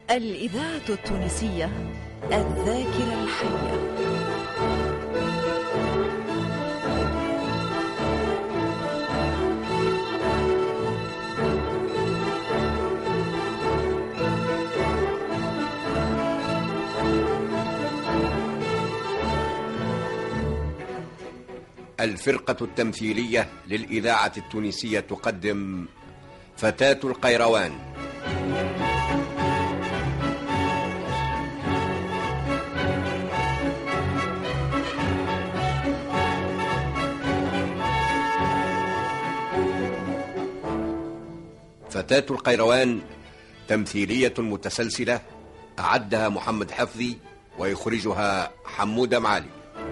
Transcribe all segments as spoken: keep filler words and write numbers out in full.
الإذاعة التونسية الذاكرة الحية. الفرقة التمثيلية للإذاعة التونسية تقدم فتاة القيروان. فتاة القيروان تمثيلية متسلسلة أعدها محمد حفظي ويخرجها حمودة معالي.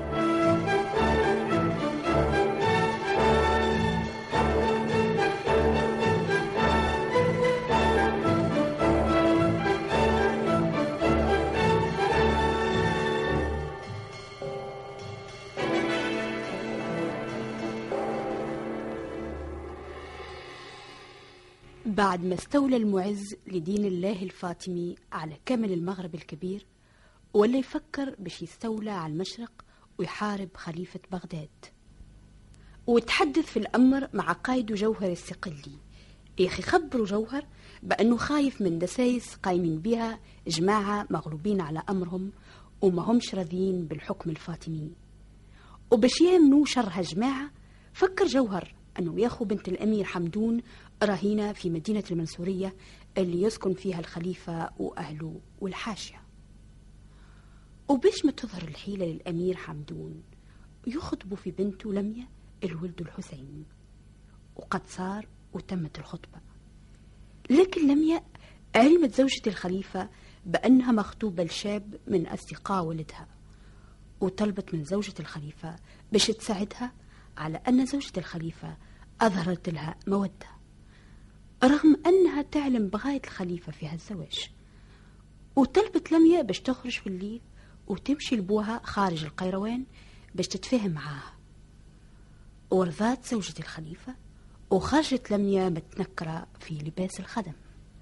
بعد ما استولى المعز لدين الله الفاطمي على كامل المغرب الكبير، ولا يفكر باش يستولى على المشرق ويحارب خليفة بغداد، وتحدث في الأمر مع قائد جوهر الصقلي. يا أخي خبروا جوهر بأنه خايف من دسايس قايمين بها جماعة مغلوبين على أمرهم وما همش راضيين بالحكم الفاطمي، وباش يامنوا شرها جماعة فكر جوهر أنه ياخو بنت الأمير حمدون رهينة في مدينة المنصورية اللي يسكن فيها الخليفة وأهله والحاشية، وباش ما تظهر الحيلة للأمير حمدون يخطبوا في بنته لمية الولد الحسين. وقد صار وتمت الخطبة، لكن لمية علمت زوجة الخليفة بأنها مخطوبة لشاب من أصدقاء ولدها، وطلبت من زوجة الخليفة باش تساعدها على أن زوجة الخليفة أظهرت لها مودة، رغم أنها تعلم بغاية الخليفة في هالزواج. وطلبت لمية باش تخرج في الليل وتمشي لبوها خارج القيروان باش تتفاهم معاها، ورضات زوجة الخليفة وخرجت لمية متنكرة في لباس الخدم.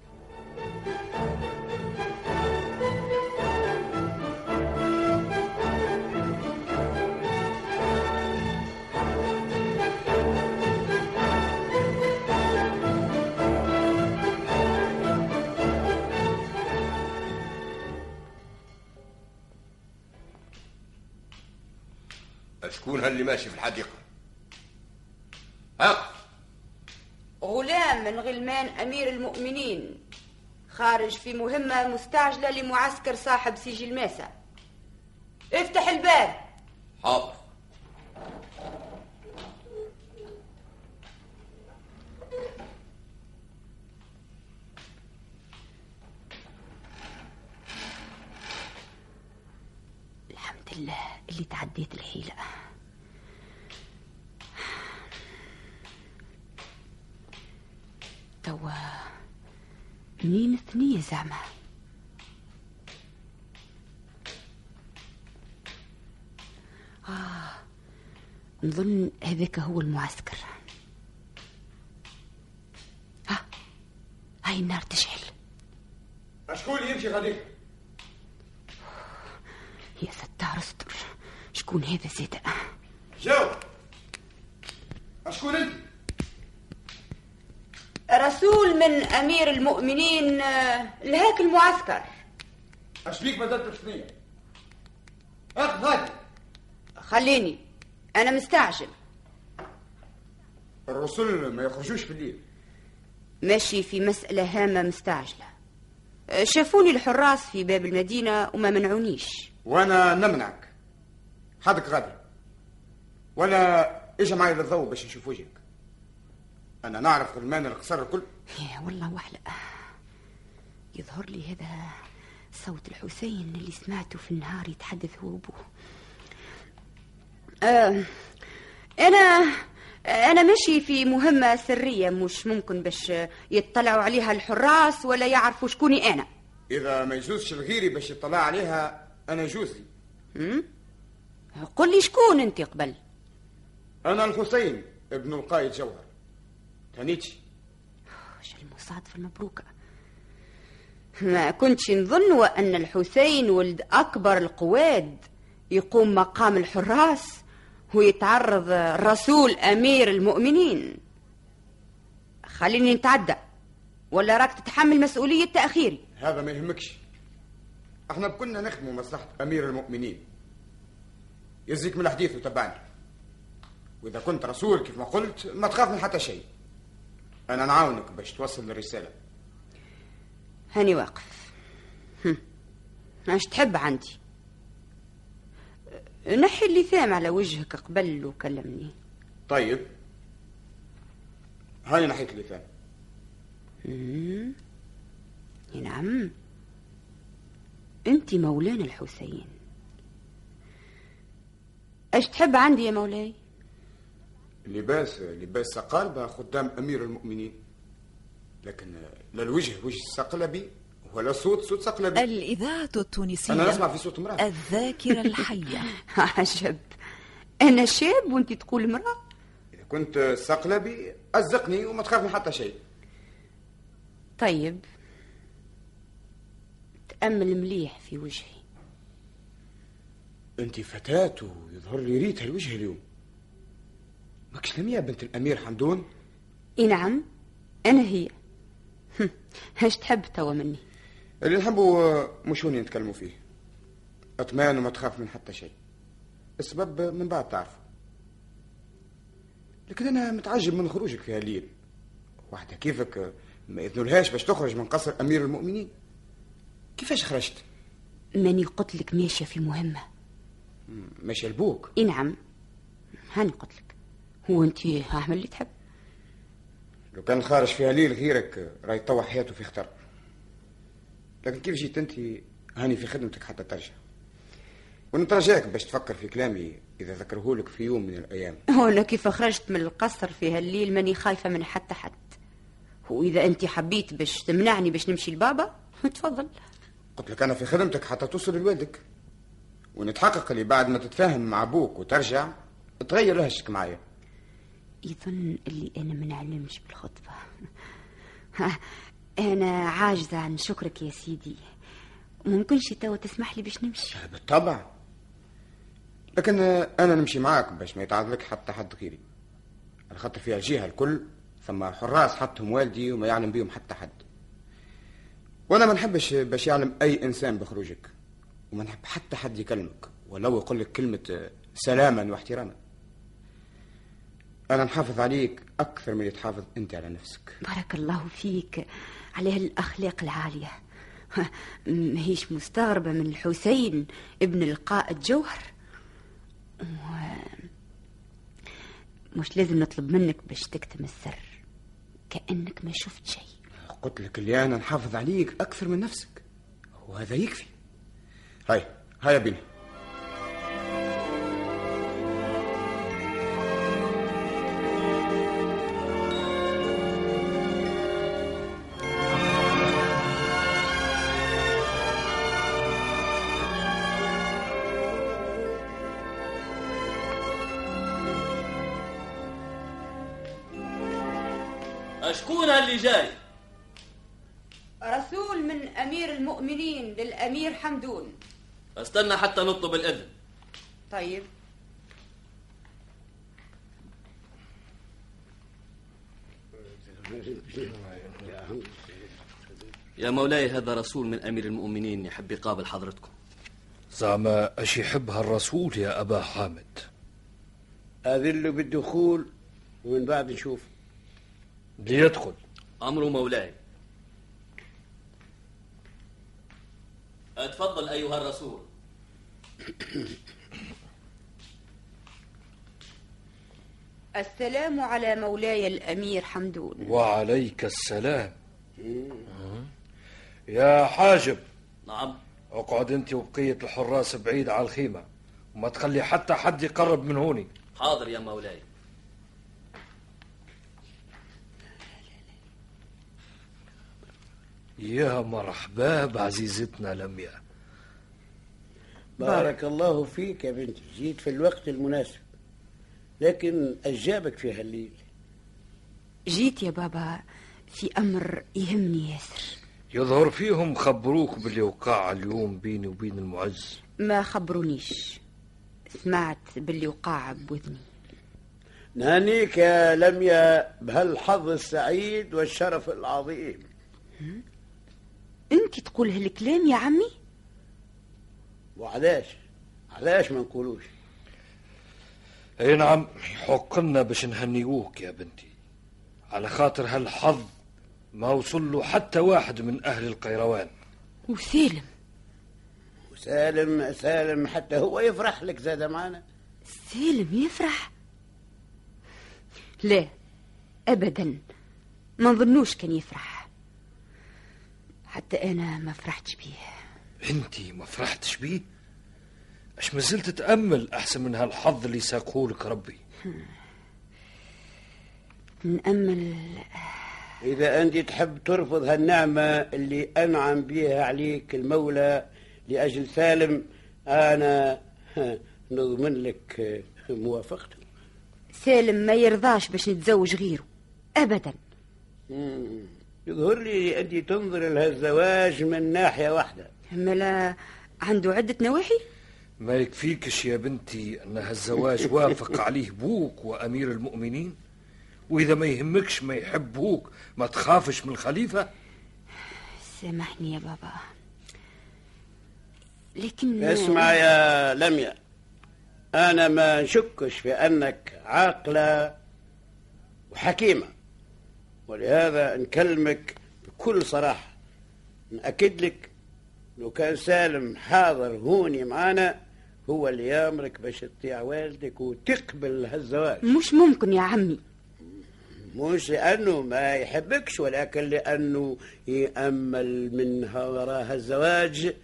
شكون هاللي ماشي في الحديقة؟ ها؟ غلام من غلمان أمير المؤمنين، خارج في مهمة مستعجلة لمعسكر صاحب سيج الماسة. افتح الباب. حاضر. الحمد لله اللي تعديت الحيلة. توا منين الثنية زعمة؟ آه نظن هذاك هو المعسكر. ها هاي النار تشعل. أشكون اللي يمشي غاديك؟ يا ستار استر، شكون هذا زيد؟ جاوب. أشكون أنت؟ رسول من أمير المؤمنين لهاك المعسكر. أشبيك بدلت الثنية؟ أخذ هاتي. خليني أنا مستعجل. الرسل ما يخرجوش في الليل. ماشي في مسألة هامة مستعجلة. شافوني الحراس في باب المدينة وما منعونيش. وأنا نمنعك. حدك غادي ولا إجا معي للضوء باش نشوف وجهك. أنا نعرف غلمان القصر الكل. يا والله وحلة، يظهر لي هذا صوت الحسين اللي سمعته في النهار يتحدث هو وابوه. آه أنا أنا ماشي في مهمة سرية، مش ممكن باش يطلعوا عليها الحراس ولا يعرفوا شكوني أنا. إذا ما يجوزش الغيري باش يطلع عليها أنا يجوز لي. قل لي شكون أنت قبل؟ أنا الحسين ابن القائد جوهر تانيتشي. شو المصادفة المبروكة. ما كنتش نظن وأن الحسين ولد أكبر القواد يقوم مقام الحراس ويتعرض رسول أمير المؤمنين. خليني نتعدى ولا راك تتحمل مسؤولية تأخيري؟ هذا ما يهمكش، احنا بكنا نخدموا مصلحة أمير المؤمنين. يزيك من الحديث وتبعني، وإذا كنت رسول كيف ما قلت ما تخاف من حتى شيء. أنا نعاونك باش توصل الرسالة. هاني واقف. اش تحب عندي؟ نحي اللثام على وجهك قبل وكلمني. طيب هاني نحيت اللثام. نعم، انت مولانا الحسين. اش تحب عندي يا مولاي؟ لباس لباس سقالبة خدام أمير المؤمنين، لكن لا الوجه وجه سقلبي ولا صوت صوت سقلبي. الإذاعة التونسية. أنا نسمع في صوت امرأة. الذاكرة الحية. عجب، أنا شاب وأنت تقول امرأة؟ إذا كنت سقلبي أزقني وما تخاف من حتى شيء. طيب تأمل مليح في وجهي. أنت فتاة ويظهر لي ريتها الوجه اليوم. ماكش لميا بنت الأمير حمدون؟ إي نعم أنا هي. اش تحب توا مني؟ اللي نحبه مش هوني نتكلموا فيه. أطمان وما تخاف من حتى شيء، السبب من بعد تعرفه. لكن أنا متعجب من خروجك في هالليل. واحدة كيفك ما يذنولهاش باش تخرج من قصر أمير المؤمنين. كيفاش خرجت؟ ماني قلت لك ماشية في مهمة. ماشي لبوك؟ إي نعم هاني قلت لك. هو أنت اعمل اللي تحب. لو كان خارج في هالليل غيرك راي يطوع حياته في خطر. لكن كيف جيت أنت هاني في خدمتك حتى ترجع؟ ونترجاك باش تفكر في كلامي إذا ذكرهولك في يوم من الأيام. هنا كيف خرجت من القصر في هالليل ماني خايفة من حتى حد. وإذا أنت حبيت باش تمنعني باش نمشي لبابا تفضل. قلت لك أنا في خدمتك حتى توصل لوالدك، ونتحقق اللي بعد ما تتفاهم مع أبوك وترجع تغير لهجتك معايا. يظن اللي أنا ما نعلمش بالخطبة. أنا عاجزة عن شكرك يا سيدي. ممكنش توا تسمح لي باش نمشي؟ بالطبع، لكن أنا نمشي معاك باش ما يتعرض لك حتى حد غيري. على خاطر في الجهة الكل ثم حراس حطهم والدي وما يعلم بيهم حتى حد، وأنا ما نحبش باش يعلم أي إنسان بخروجك، وما نحب حتى حد يكلمك ولو يقول لك كلمة سلاما واحتراما. أنا نحافظ عليك أكثر من اللي تحافظ أنت على نفسك. بارك الله فيك على هالأخلاق العالية. ماهيش مستغربة من الحسين ابن القائد جوهر. مش لازم نطلب منك باش تكتم السر كأنك ما شفت شيء. قلت لك اللي أنا نحافظ عليك أكثر من نفسك، وهذا يكفي. هاي هاي بينا. شكون اللي جاي؟ رسول من أمير المؤمنين للأمير حمدون. استنى حتى نطلب الإذن. طيب. يا مولاي هذا رسول من أمير المؤمنين يحب يقابل حضرتكم. زعما اش يحبها الرسول يا أبا حامد؟ أذل بالدخول ومن بعد نشوف. ليدخل. أمر مولاي. اتفضل أيها الرسول. السلام على مولاي الأمير حمدون. وعليك السلام. يا حاجب. نعم. اقعد انت وبقية الحراس بعيد على الخيمة وما تخلي حتى حد يقرب من هوني. حاضر يا مولاي. يا مرحبا بعزيزتنا لميا. بارك الله فيك يا بنتي، جيت في الوقت المناسب. لكن أجابك في هالليل. جيت يا بابا في أمر يهمني ياسر. يظهر فيهم خبروك باللي وقع اليوم بيني وبين المعز. ما خبرونيش، سمعت باللي وقع بوذني. نهنيك يا لميا بهالحظ السعيد والشرف العظيم. انت تقول هالكلام يا عمي؟ وعلاش علاش ما نقولوش؟ اي نعم، يحق لنا باش نهنيوك يا بنتي، على خاطر هالحظ ما وصل له حتى واحد من اهل القيروان. وسالم وسالم سالم حتى هو يفرح لك زاد معنا. سالم يفرح؟ لا ابدا، ما نظنوش كان يفرح، حتى انا ما فرحتش بيه. انتي ما فرحتش بيه؟ اش مازلت تأمل احسن من هالحظ اللي ساقهولك ربي. نأمل. إذا أنت تحب ترفض هالنعمة اللي أنعم بيها عليك المولى لأجل سالم، أنا نضمن لك موافقته. سالم ما يرضاش باش نتزوج غيره أبدا. يظهر لي أنت تنظر لهالزواج من ناحية واحدة. ملا عنده عدة نواحي؟ ما يكفيكش يا بنتي أن هالزواج وافق عليه بوك وأمير المؤمنين؟ وإذا ما يهمكش ما يحبوك ما تخافش من الخليفة؟ سامحني يا بابا، لكن اسمع يا لميا، أنا ما نشكش في أنك عاقلة وحكيمة، ولهذا نكلمك بكل صراحة. نأكد لك لو كان سالم حاضر هوني معانا هو اللي يامرك باش تطيع والدك وتقبل هالزواج. مش ممكن يا عمي. مش لأنه ما يحبكش، ولكن لأنه يأمل من وراء هالزواج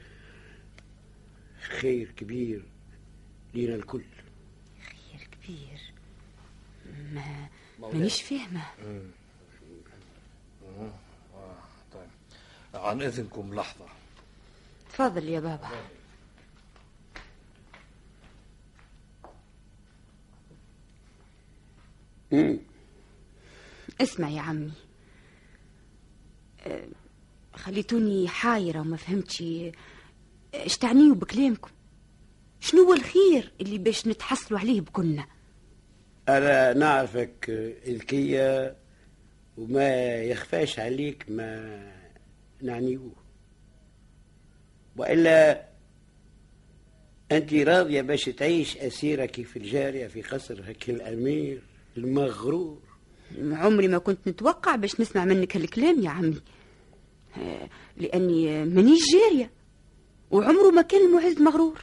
خير كبير لينا الكل. خير كبير؟ ما مانيش فاهمة. طيب عن إذنكم لحظة. تفضل يا بابا. مم. اسمع يا عمي، أه خليتوني حايرة وما فهمتش ايش تعنيوا بكلامكم. شنو هو الخير اللي باش نتحصلوا عليه بكلنا؟ أنا نعرفك ذكية وما يخفاش عليك ما نعنيوه، وإلا أنت راضية باش تعيش أسيرة كيف الجارية في قصر هك الأمير المغرور؟ عمري ما كنت نتوقع باش نسمع منك هالكلام يا عمي، لأني مانيش جارية وعمره ما كان المعز مغرور.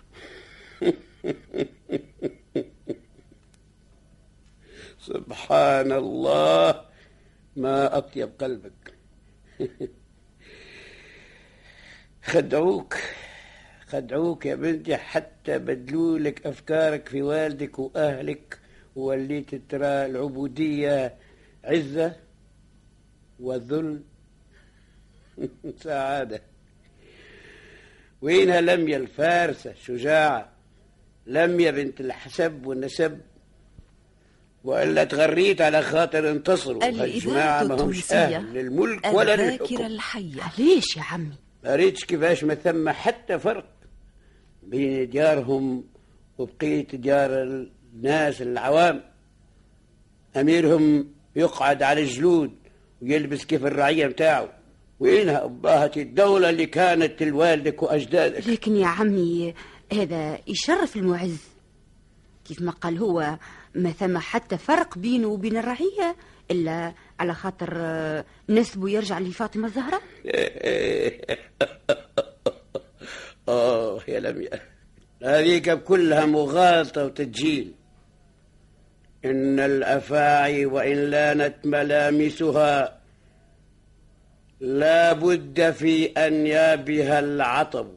سبحان الله، ما أطيب قلبك. خدعوك خدعوك يا بنتي حتى بدلوا لك أفكارك في والدك وأهلك، ووليت ترى العبودية عزة والذل سعادة. وينها لميا الفارسة شجاعة، لميا بنت الحسب والنسب؟ وإلا تغريت على خاطر انتصروا هالجماعة ما همش أهل للملك ولا للحكم. الحية. ليش يا عمي؟ ما ريتش كيفاش ما ثم حتى فرق بين ديارهم وبقية ديار الناس العوام. أميرهم يقعد على الجلود ويلبس كيف الرعية متاعه. وينها أباهة الدولة اللي كانت لوالدك وأجدادك؟ لكن يا عمي هذا يشرف المعز، كيف ما قال هو ما ثم حتى فرق بينه وبين الرعية إلا على خاطر نسبه يرجع لفاطمة الزهراء. آه يا لميا، هذيك كلها مغالطة وتسجيل. إن الأفاعي وإن لانت ملامسها لا بد في أنيابها العطب.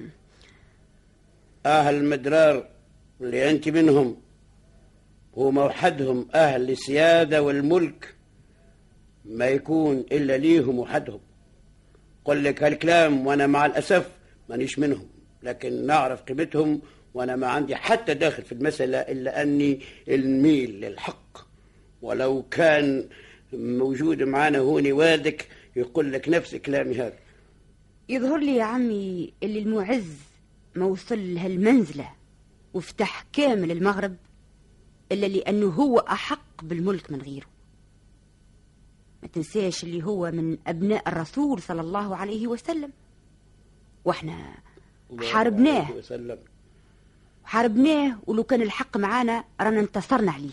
أهل مدرار اللي أنت منهم وموحدهم أهل السيادة والملك ما يكون إلا ليهم وحدهم. قل لك هالكلام وأنا مع الأسف مانيش منهم، لكن نعرف قيمتهم، وأنا ما عندي حتى داخل في المسألة إلا أني الميل للحق. ولو كان موجود معنا هوني والدك يقول لك نفس كلامي هذا. يظهر لي يا عمي اللي المعز ما وصل لهالمنزلة وفتح كامل المغرب إلا لأنه هو أحق بالملك من غيره. ما تنساش اللي هو من أبناء الرسول صلى الله عليه وسلم، وإحنا حاربناه حاربناه ولو كان الحق معانا رانا انتصرنا عليه.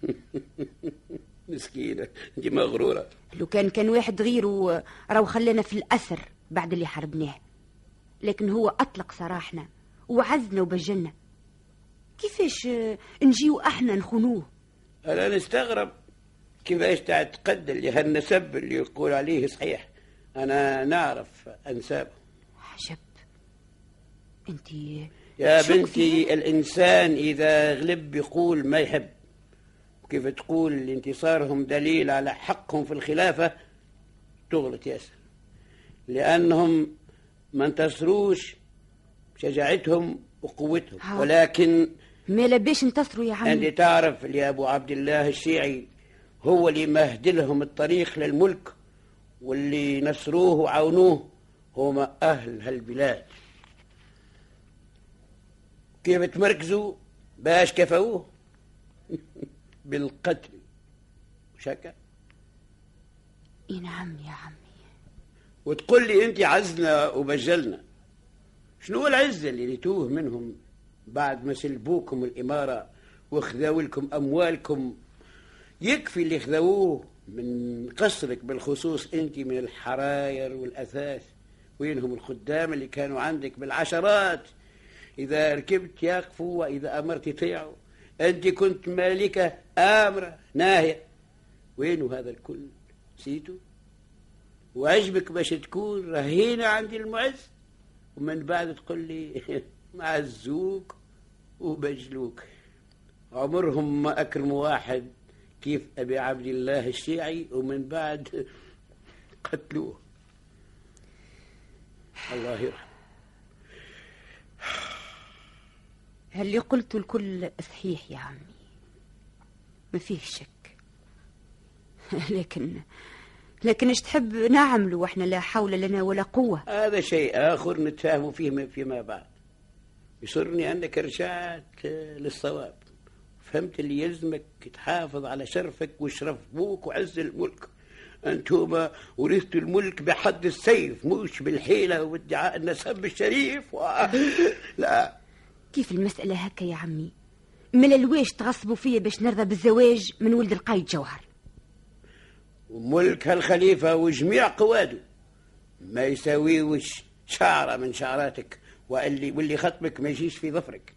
مسكينة دي مغرورة. لو كان كان واحد غيره راهو خلانا في الأسر بعد اللي حاربناه، لكن هو أطلق سراحنا وعزنا وبجلنا. كيفاش نجيو احنا نخونوه؟ انا نستغرب كيفاش تعتقد اللي هالنسب اللي يقول عليه صحيح. انا نعرف انسابه. عجب. انت يا بنتي الانسان اذا غلب يقول ما يحب، وكيف تقول انتصارهم دليل على حقهم في الخلافة تغلط ياسر، لانهم ما انتصروش شجاعتهم وقوتهم ها. ولكن ما لباش انتصروا يا عمي. انت تعرف اللي ابو عبد الله الشيعي هو اللي مهد لهم الطريق للملك، واللي نصروه وعاونوه هم اهل هالبلاد. كيف تمركزوا باش كفوه؟ بالقتل وشكا. اي نعم يا عمي. وتقول لي انت عزنا وبجلنا. شنو هو العزة اللي ريتوه منهم بعد ما سلبوكم الإمارة واخذوا لكم أموالكم؟ يكفي اللي خذوه من قصرك بالخصوص أنت من الحراير والأثاث. وينهم الخدام اللي كانوا عندك بالعشرات؟ إذا ركبت يقفوا وإذا أمرت يطيعوا. أنت كنت مالكة آمرة ناهية. وينه هذا الكل؟ نسيته؟ وعجبك باش تكون رهينة عند المعز، ومن بعد تقول لي معزوك وبجلوك. عمرهم ما أكرموا واحد كيف أبي عبد الله الشيعي، ومن بعد قتلوه. الله يرحم. اللي قلته الكل صحيح يا عمي، ما فيه شك. لكن لكن ايش تحب نعمله واحنا لا حول لنا ولا قوة؟ هذا شيء آخر نتفاهم فيه فيما بعد. يسرني أنك رجعت للصواب، فهمت اللي يلزمك تحافظ على شرفك وشرف بوك وعز الملك. أنتم ورثتوا الملك بحد السيف، مش بالحيلة وادعاء النسب الشريف و... لا. كيف المسألة هكا يا عمي؟ مللواش تغصبوا فيا باش نرضى بالزواج من ولد القايد جوهر؟ وملك هالخليفة وجميع قواده ما يساويوش شعرة من شعراتك، واللي واللي خطبك ما يجيش في ظفرك.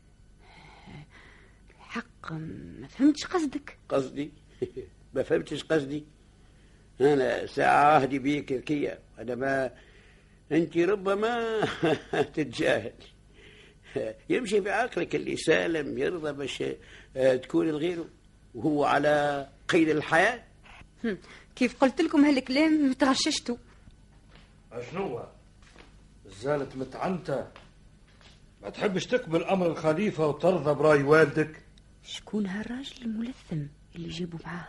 الحق ما فهمتش قصدك. قصدي؟ ما فهمتش قصدي. أنا ساعة عهدي بيك ذكية، أنا ما أنت ربما تتجاهل. يمشي في عقلك اللي سالم يرضى باش تكون الغيره وهو على قيد الحياة. كيف قلت لكم هالكلام تغششتوا. أشنو زالت متعنتة؟ ما تحبش تقبل أمر الخليفة وترضى برأي والدك؟ شكون هالراجل الملثم اللي جيبوا معاه؟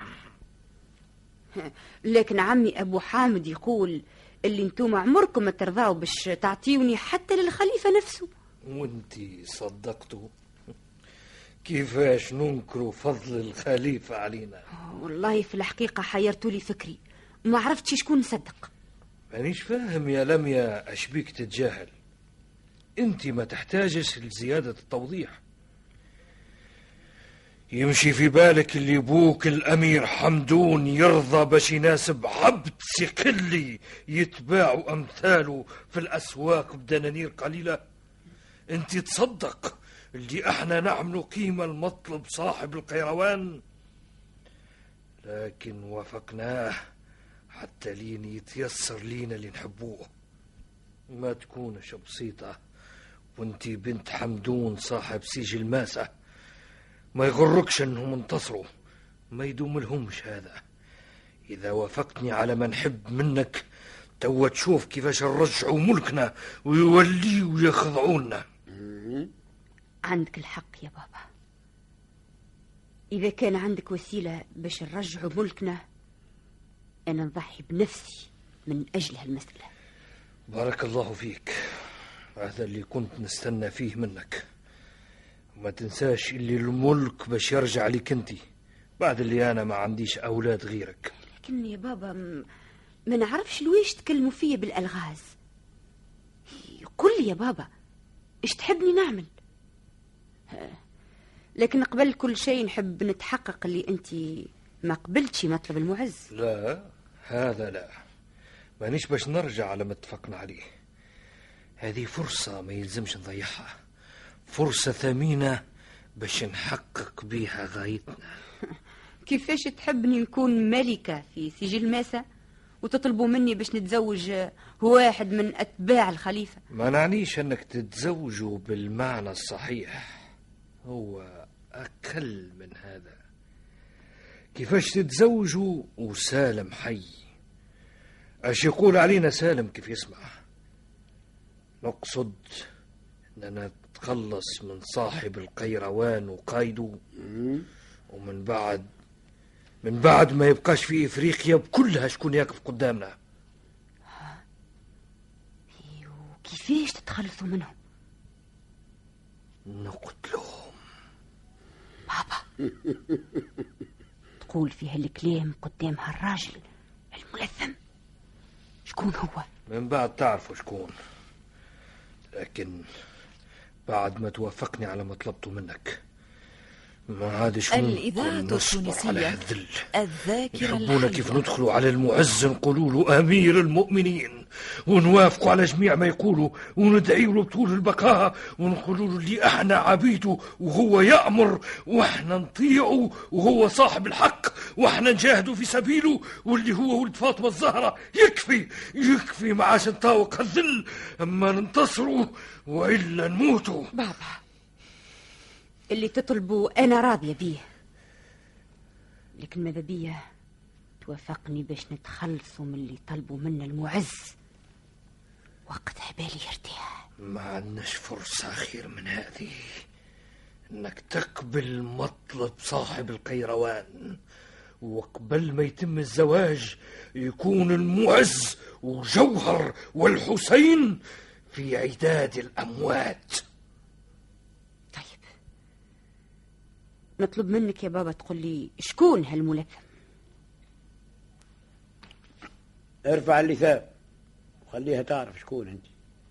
لكن عمي أبو حامد يقول اللي انتم عمركم ما ترضاوا باش تعطيوني حتى للخليفة نفسه. وانتي صدقتوا؟ كيفاش ننكروا فضل الخليفة علينا؟ والله في الحقيقة حيرتوا لي فكري، ما عرفتش شكون نصدق. مانيش فاهم يا لميا أشبيك تتجاهل. انت ما تحتاجش لزيادة التوضيح. يمشي في بالك اللي بوك الأمير حمدون يرضى باش يناسب عبد سقلي يتباعوا أمثاله في الأسواق بدنانير قليلة؟ انت تصدق اللي احنا نعملوا قيمة المطلب صاحب القيروان، لكن وافقناه حتى لين يتيسر لينا اللي نحبوه. ما تكونش بسيطة وانتي بنت حمدون صاحب سيج الماسة. ما يغركش انهم انتصروا، ما يدوم لهمش هذا. اذا وافقتني على ما نحب منك توا تشوف كيفاش نرجعوا ملكنا ويوليوا يخضعونا. عندك الحق يا بابا. إذا كان عندك وسيلة باش نرجعوا ملكنا أنا نضحي بنفسي من أجل هالمسألة. بارك الله فيك، هذا اللي كنت نستنى فيه منك. وما تنساش اللي الملك باش يرجع لك انتي بعد اللي انا ما عنديش اولاد غيرك. لكن يا بابا م... ما نعرفش لويش تكلموا فيا بالالغاز. قل لي يا بابا ايش تحبني نعمل؟ لكن قبل كل شيء نحب نتحقق اللي انت ما قبلتش مطلب المعز. لا هذا لا، مانيش باش نرجع على ما اتفقنا عليه. هذه فرصة ما يلزمش نضيعها، فرصة ثمينة باش نحقق بيها غايتنا. كيفاش تحبني نكون ملكة في سجل ماسة وتطلبوا مني باش نتزوج واحد من أتباع الخليفة؟ ما نعنيش أنك تتزوجوا بالمعنى الصحيح، هو أقل من هذا. كيفاش تتزوجوا وسالم حي؟ اش يقول علينا سالم كيف يسمع؟ نقصد أننا نتخلص من صاحب القيروان وقايده، ومن بعد من بعد ما يبقاش في إفريقيا بكلها شكون يقف قدامنا. كيفاش تتخلصوا منهم؟ نقتلهم. بابا تقول في هالكلام قدام هالراجل الملثم؟ شكون هو؟ من بعد تعرفوا شكون، لكن بعد ما توافقني على ما طلبته منك ما عادش الإذاعة التونسية الذاكرة يحبونا كيف ندخلوا على المعز نقولوا له أمير المؤمنين، ونوافقوا على جميع ما يقولوا، وندعي له بطول البقاء، ونقولوا له اللي احنا عبيده وهو يأمر واحنا نطيعه، وهو صاحب الحق واحنا نجاهدوا في سبيله، واللي هو ولد فاطمة الزهرة. يكفي يكفي ما عاش نطاوق الذل، اما ننتصروا وإلا نموتوا. بابا اللي تطلبوا أنا راضية بيه، لكن ماذا بيه توافقني باش نتخلصوا من اللي طلبوا منا المعز، وقتها بالي يرتاح. ما عندناش فرصة خير من هذه، انك تقبل مطلب صاحب القيروان، وقبل ما يتم الزواج يكون المعز وجوهر والحسين في عداد الأموات. نطلب منك يا بابا تقول لي شكون هالملثم. ارفع اللثام وخليها تعرف شكون انت.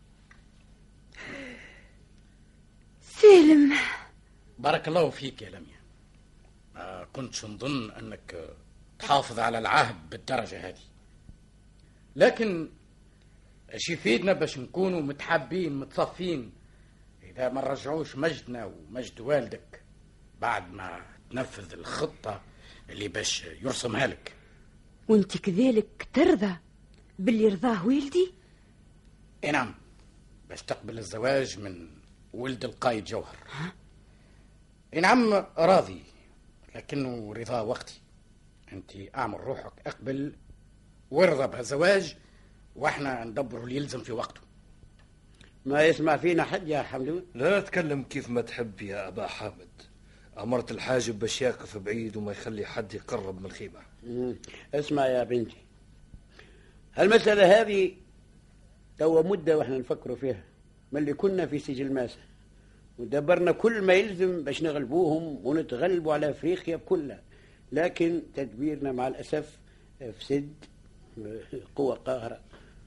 سالم. بارك الله فيك يا لميا، ما كنتش نظن انك تحافظ على العهد بالدرجة هذه، لكن ايش يفيدنا باش نكونوا متحابين متصفين اذا ما نرجعوش مجدنا ومجد والدك بعد ما تنفذ الخطة اللي باش يرسمها لك؟ وانت كذلك ترضى باللي رضاه والدي؟ اي نعم، باش تقبل الزواج من ولد القايد جوهر. اي نعم راضي، لكنه رضا وقتي. انت اعمل روحك اقبل وارضى بهالزواج، واحنا ندبر اللي يلزم في وقته. ما يسمع فينا حد يا حمدون؟ لا تكلم كيف ما تحب يا أبا حامد. أمرت الحاجب باش يقف بعيد وما يخلي حد يقرب من الخيمة. اسمع يا بنتي، هالمسألة هذه توا مدة واحنا نفكروا فيها من اللي كنا في سجل ماسة، ودبرنا كل ما يلزم باش نغلبوهم ونتغلبوا على أفريقيا بكلها، لكن تدبيرنا مع الأسف فسد قوة قاهرة.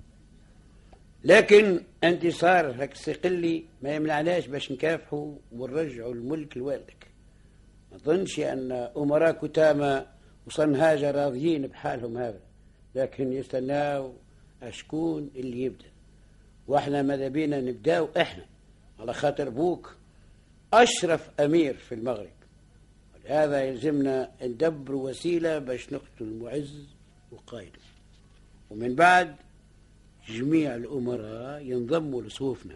لكن انتصار هك الصقلي ما يمنعناش باش نكافحوا ونرجعوا الملك لوالدك. ما ظنش أن أمراء كتامة وصنهاجة راضيين بحالهم هذا، لكن يستناو أشكون اللي يبدأ، وإحنا ماذا بينا نبداو إحنا، على خاطر بوك أشرف أمير في المغرب. ولهذا يلزمنا ندبر وسيلة باش نقتل المعز وقايده، ومن بعد جميع الأمراء ينضموا لصفوفنا.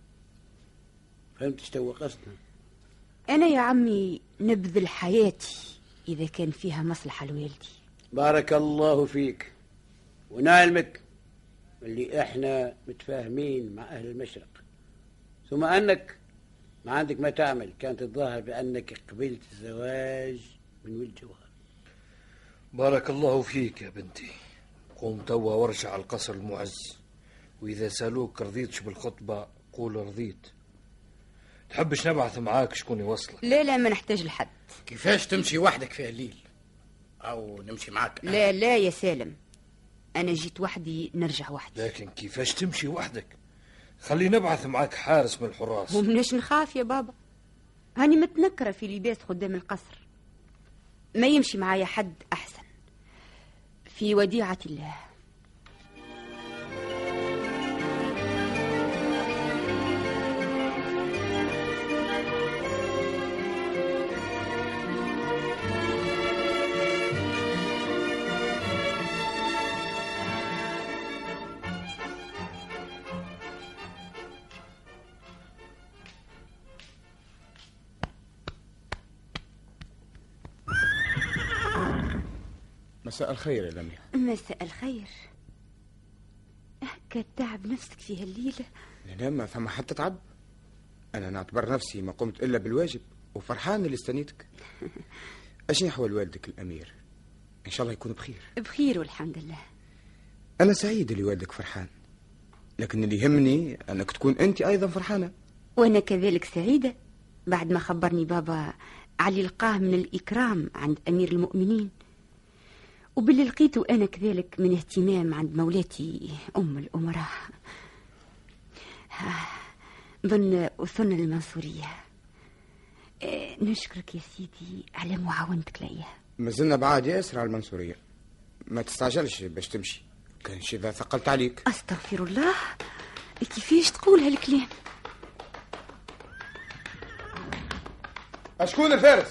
فهمت شتو قصدنا؟ أنا يا عمي نبذل حياتي إذا كان فيها مصلحة لوالدي. بارك الله فيك، ونعلمك اللي احنا متفاهمين مع أهل المشرق، ثم أنك ما عندك ما تعمل. كانت الظاهر بأنك قبلت الزواج من ولد جوهر. بارك الله فيك يا بنتي. قوم توا وارجع القصر المعز، وإذا سألوك رضيتش بالخطبة قول رضيت. تحبش نبعث معاك شكون يوصلك؟ لا لا ما نحتاج لحد. كيفاش تمشي وحدك في الليل أو نمشي معاك؟ لا لا يا سالم، أنا جيت وحدي نرجع وحدي. لكن كيفاش تمشي وحدك؟ خلي نبعث معاك حارس من الحراس. ومناش نخاف يا بابا، هاني متنكرة في لباس قدام القصر، ما يمشي معايا حد أحسن. في وديعة الله. مساء الخير يا لميا. مساء الخير. هكا تعب نفسك في هالليلة؟ لا ما فما حتى تعب، أنا نعتبر نفسي ما قمت إلا بالواجب وفرحان اللي استنيتك. أشني أحوال والدك الأمير؟ إن شاء الله يكون بخير. بخير والحمد لله. أنا سعيد اللي والدك فرحان، لكن اللي يهمني أنك تكون أنت أيضا فرحانة. وأنا كذلك سعيدة بعد ما خبرني بابا علي لقاه من الإكرام عند أمير المؤمنين، وباللي لقيته أنا كذلك من اهتمام عند مولاتي أم الأمراء. ظن وصلنا للمنصورية. اه نشكرك يا سيدي على معاونتك ليا. ما زلنا بعاد ياسر على المنصورية، ما تستعجلش باش تمشي، كان شي إذا ثقلت عليك. أستغفر الله، كيفاش تقول هالكلام؟ أشكون الفارس؟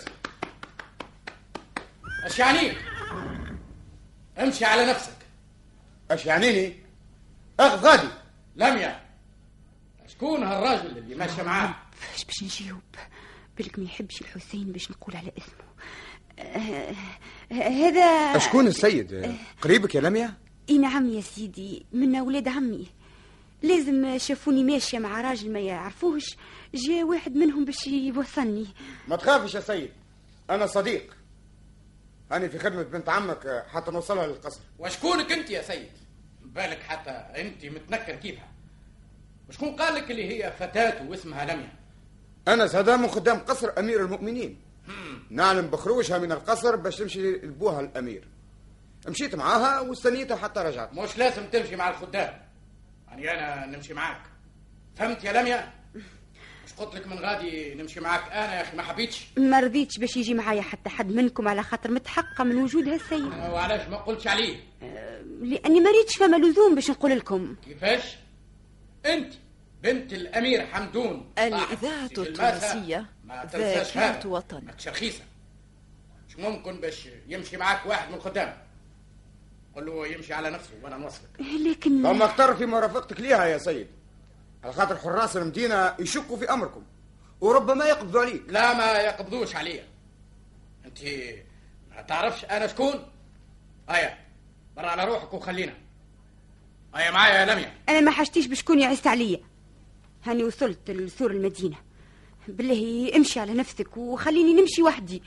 اش يعنيك؟ امشي على نفسك. اش يعنيني؟ اخذ غادي. لميا، شكون هالراجل اللي ماشي معاه؟ اش باش نجاوب؟ بالك ما يحبش الحسين باش نقول على اسمه. آه هذا شكون السيد؟ قريبك يا لميا؟ اي نعم يا سيدي، من اولاد عمي. لازم شافوني ماشيه مع راجل ما يعرفوهش، جاء واحد منهم باش يوصلني. ما تخافش يا سيد، انا صديق، أنا في خدمة بنت عمك حتى نوصلها للقصر. وشكونك أنت يا سيد؟ بالك حتى أنت متنكر كيفها. وشكون قال لك اللي هي فتاة واسمها لميا؟ أنا سادة من خدام قصر أمير المؤمنين. نعلم بخروجها من القصر باش تمشي لبوها الأمير. مشيت معاها واستنيتها حتى رجعت. مش لازم تمشي مع الخدام، يعني أنا نمشي معاك. فهمت يا لميا؟ مش قلت لك من غادي نمشي معاك أنا يا أخي؟ ما حبيتش. ما رضيتش باش يجي معايا حتى حد منكم على خاطر متحققة من وجود هالسيد. وعلاش ما قلتش عليه؟ أه لأني ما ريتش فما لزوم باش نقول لكم. كيفاش؟ أنت بنت الأمير حمدون الإذاعة التونسية ذاكرة وطن. ما تشرخيسة. مش ممكن باش يمشي معاك واحد من الخدام. قل له يمشي على نفسه وأنا نوصلك. لكن فما اختار في مرافقتك ليها يا سيد، على خاطر حراس المدينة يشكوا في أمركم وربما يقبضوا عليك. لا ما يقبضوش عليا. أنت ما تعرفش أنا شكون؟ هيا برا على روحك وخلينا. هيا معايا يا لميا. أنا ما حاجتيش بشكون يعز عليا، هاني وصلت لسور المدينة. بالله امشي على نفسك وخليني نمشي وحدي.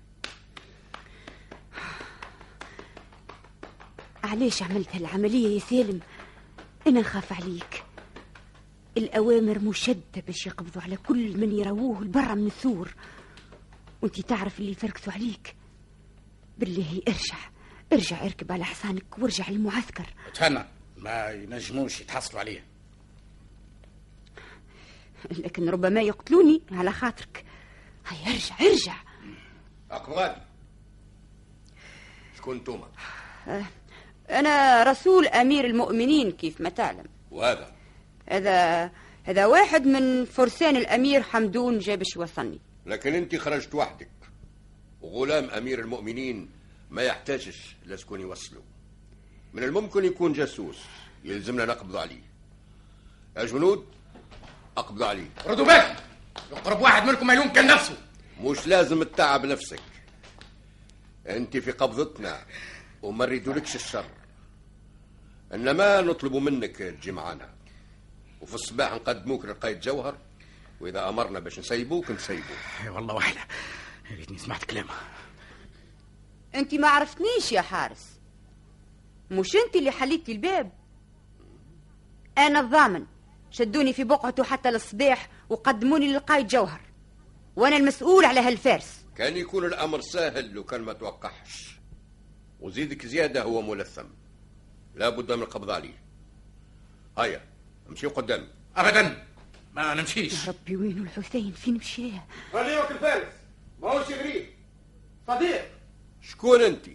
علاش عملت هالعملية يا سالم؟ أنا نخاف عليك. الأوامر مشدة باش يقبضوا على كل من يرووه لبرا من السور، وانتي تعرف اللي فركسوا عليك. بالله ارجع ارجع اركب على حصانك وارجع للمعسكر. تهنى، ما ينجموش يتحصلوا عليه. لكن ربما يقتلوني على خاطرك. هيا ارجع ارجع. أقم غادي. شكون انتوما؟ أنا رسول أمير المؤمنين كيف ما تعلم. وهذا؟ هذا هذا واحد من فرسان الأمير حمدون جا باش يوصلني. لكن أنت خرجت وحدك، وغلام أمير المؤمنين ما يحتاجش لشكون يوصلوا. من الممكن يكون جاسوس يلزمنا نقبض عليه. يا جنود أقبضوا عليه. ردوا بالكم، يقرب واحد منكم ما يمكن نفسه. مش لازم تتعب نفسك، أنت في قبضتنا وما نريدولكش الشر، إنما نطلب منك تجي معنا، وفي الصباح نقدموك للقايد جوهر، وإذا أمرنا باش نسيبوك نسيبوك. والله وحلة، يا ريتني سمعت كلامه. أنت ما عرفتنيش يا حارس، مش أنت اللي حليتي الباب؟ أنا الضامن، شدوني في بقعته حتى للصباح وقدموني للقايد جوهر، وأنا المسؤول على هالفارس. كان يكون الأمر سهل لو كان ما توقعش، وزيدك زيادة هو ملثم، لا بد من القبض عليه. هيا امشي قدامي. أبدا ما نمشيش. يا ربي وينه الحسين؟ فين مشى؟ خليوك الفارس ما هوش غريب صديق. شكون انت؟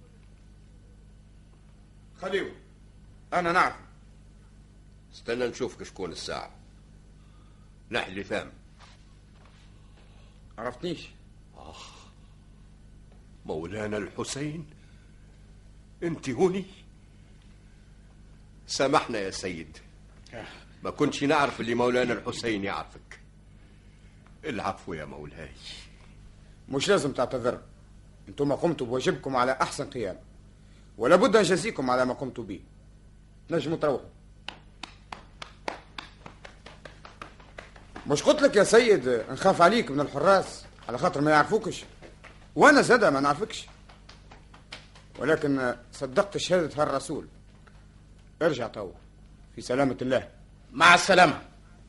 خليوه انا نعرف. استنى نشوفك شكون الساعة. نحلي فهم. عرفتنيش؟ اخ مولانا الحسين، انت هوني؟ سامحنا يا سيد، ما كنتش نعرف اللي مولانا الحسين يعرفك. العفو يا مولاي. مش لازم تعتذر، انتم قمتوا بواجبكم على احسن قيام، ولا بد ان جزيكم على ما قمتوا به. نجموا تروحوا. مش قلت لك يا سيد نخاف عليك من الحراس على خاطر ما يعرفوكش، وانا زاده ما نعرفكش، ولكن صدقت شهاده هالرسول. ارجع توا في سلامه الله. مع السلامه.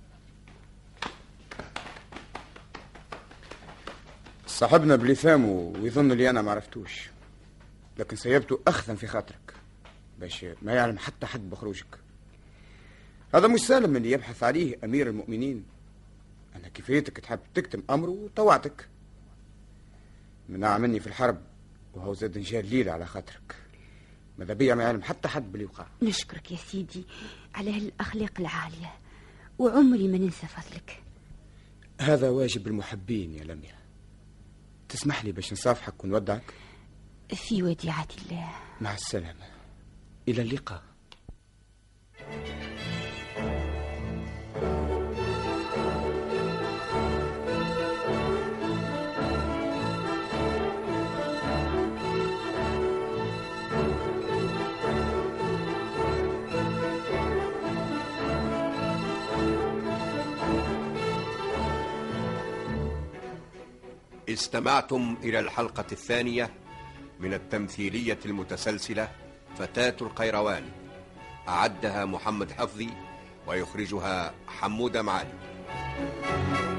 صاحبنا بلثامه ويظن لي انا ما عرفتوش، لكن سيبته اخذا في خاطرك باش ما يعلم حتى حد بخروجك. هذا مش سالم اللي يبحث عليه امير المؤمنين. انا كفايتك تحب تكتم امره وطوعتك. منع مني في الحرب وهو زاد نجال ليلة على خاطرك، ماذا بيا ما يعلم حتى حد باللي وقع. نشكرك يا سيدي على هالاخلاق العاليه، وعمري ما ننسى فضلك. هذا واجب المحبين يا لميا. تسمح لي باش نصافحك ونودعك؟ في وديعة الله. مع السلامة، إلى اللقاء. استمعتم إلى الحلقة الثانية من التمثيلية المتسلسلة فتاة القيروان، أعدها محمد حفظي ويخرجها حمودة معالي.